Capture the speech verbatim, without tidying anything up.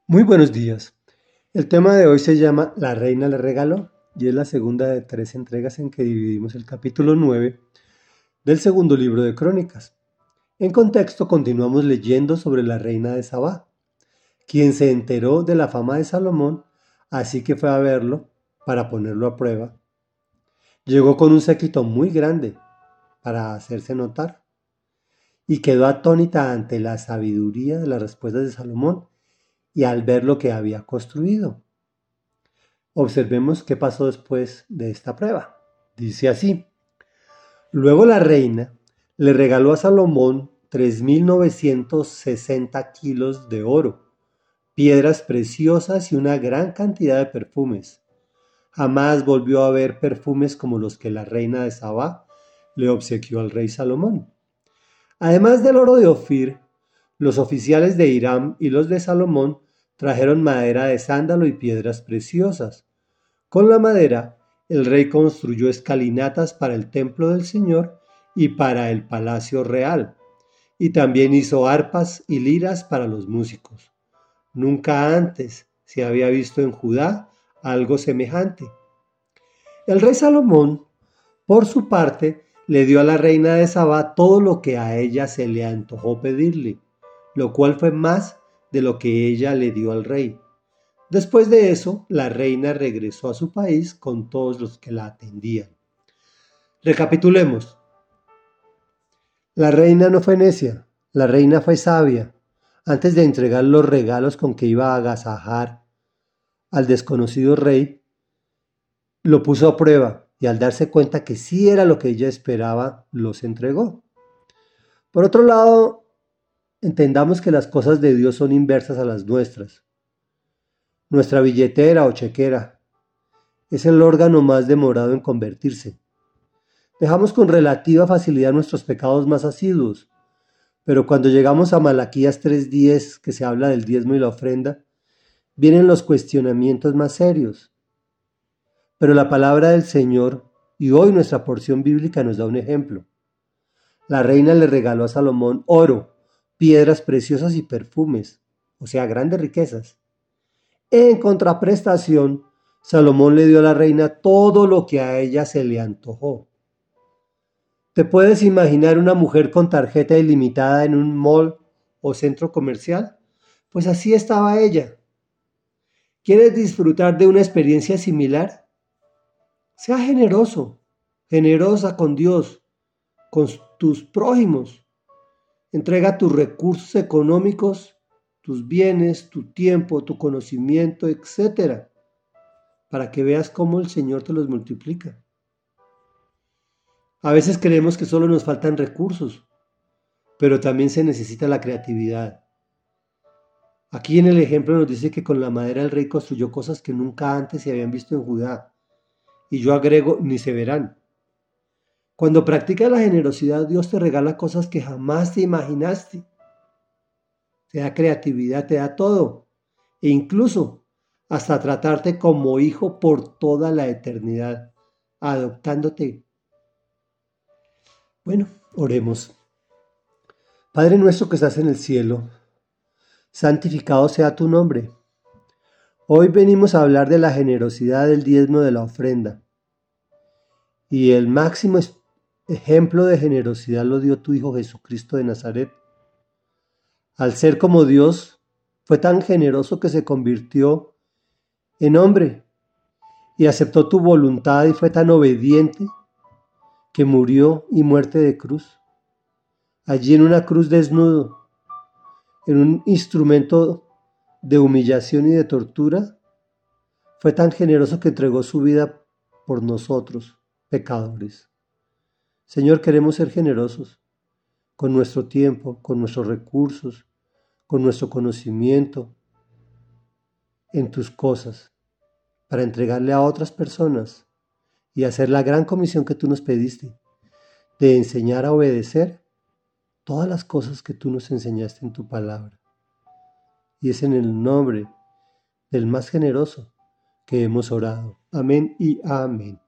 Muy buenos días. El tema de hoy se llama La reina le regaló y es la segunda de tres entregas en que dividimos el capítulo nueve del segundo libro de Crónicas. En contexto, continuamos leyendo sobre la reina de Sabá, quien se enteró de la fama de Salomón, así que fue a verlo para ponerlo a prueba. Llegó con un séquito muy grande para hacerse notar y quedó atónita ante la sabiduría de las respuestas de Salomón y al ver lo que había construido. Observemos qué pasó después de esta prueba. Dice así: luego la reina le regaló a Salomón tres mil novecientos sesenta kilos de oro, piedras preciosas y una gran cantidad de perfumes. Jamás volvió a ver perfumes como los que la reina de Sabá le obsequió al rey Salomón. Además del oro de Ofir, los oficiales de Hiram y los de Salomón trajeron madera de sándalo y piedras preciosas. Con la madera, el rey construyó escalinatas para el templo del Señor y para el palacio real, y también hizo arpas y liras para los músicos. Nunca antes se había visto en Judá algo semejante. El rey Salomón, por su parte, le dio a la reina de Sabá todo lo que a ella se le antojó pedirle, lo cual fue más de lo que ella le dio al rey. Después de eso, la reina regresó a su país con todos los que la atendían. Recapitulemos. La reina no fue necia, la reina fue sabia. Antes de entregar los regalos con que iba a agasajar al desconocido rey, lo puso a prueba y al darse cuenta que sí era lo que ella esperaba, los entregó. Por otro lado, entendamos que las cosas de Dios son inversas a las nuestras. Nuestra billetera o chequera es el órgano más demorado en convertirse. Dejamos con relativa facilidad nuestros pecados más asiduos, pero cuando llegamos a Malaquías tres diez, que se habla del diezmo y la ofrenda, vienen los cuestionamientos más serios. Pero la palabra del Señor, y hoy nuestra porción bíblica nos da un ejemplo. La reina le regaló a Salomón oro, piedras preciosas y perfumes, o sea, grandes riquezas. En contraprestación, Salomón le dio a la reina todo lo que a ella se le antojó. ¿Te puedes imaginar una mujer con tarjeta ilimitada en un mall o centro comercial? Pues así estaba ella. ¿Quieres disfrutar de una experiencia similar? Sea generoso, generosa con Dios, con tus prójimos. Entrega tus recursos económicos, tus bienes, tu tiempo, tu conocimiento, etcétera, para que veas cómo el Señor te los multiplica. A veces creemos que solo nos faltan recursos, pero también se necesita la creatividad. Aquí en el ejemplo nos dice que con la madera el rey construyó cosas que nunca antes se habían visto en Judá. Y yo agrego, ni se verán. Cuando practicas la generosidad, Dios te regala cosas que jamás te imaginaste. Te da creatividad, te da todo. E incluso hasta tratarte como hijo por toda la eternidad, adoptándote. Bueno, oremos. Padre nuestro que estás en el cielo, santificado sea tu nombre. Hoy venimos a hablar de la generosidad del diezmo de la ofrenda. Y el máximo ejemplo de generosidad lo dio tu Hijo Jesucristo de Nazaret. Al ser como Dios, fue tan generoso que se convirtió en hombre y aceptó tu voluntad y fue tan obediente que murió y muerte de cruz. Allí en una cruz desnudo, en un instrumento de humillación y de tortura, fue tan generoso que entregó su vida por nosotros, pecadores. Señor, queremos ser generosos con nuestro tiempo, con nuestros recursos, con nuestro conocimiento en tus cosas, para entregarle a otras personas y hacer la gran comisión que tú nos pediste, de enseñar a obedecer todas las cosas que tú nos enseñaste en tu palabra. Y es en el nombre del más generoso que hemos orado. Amén y amén.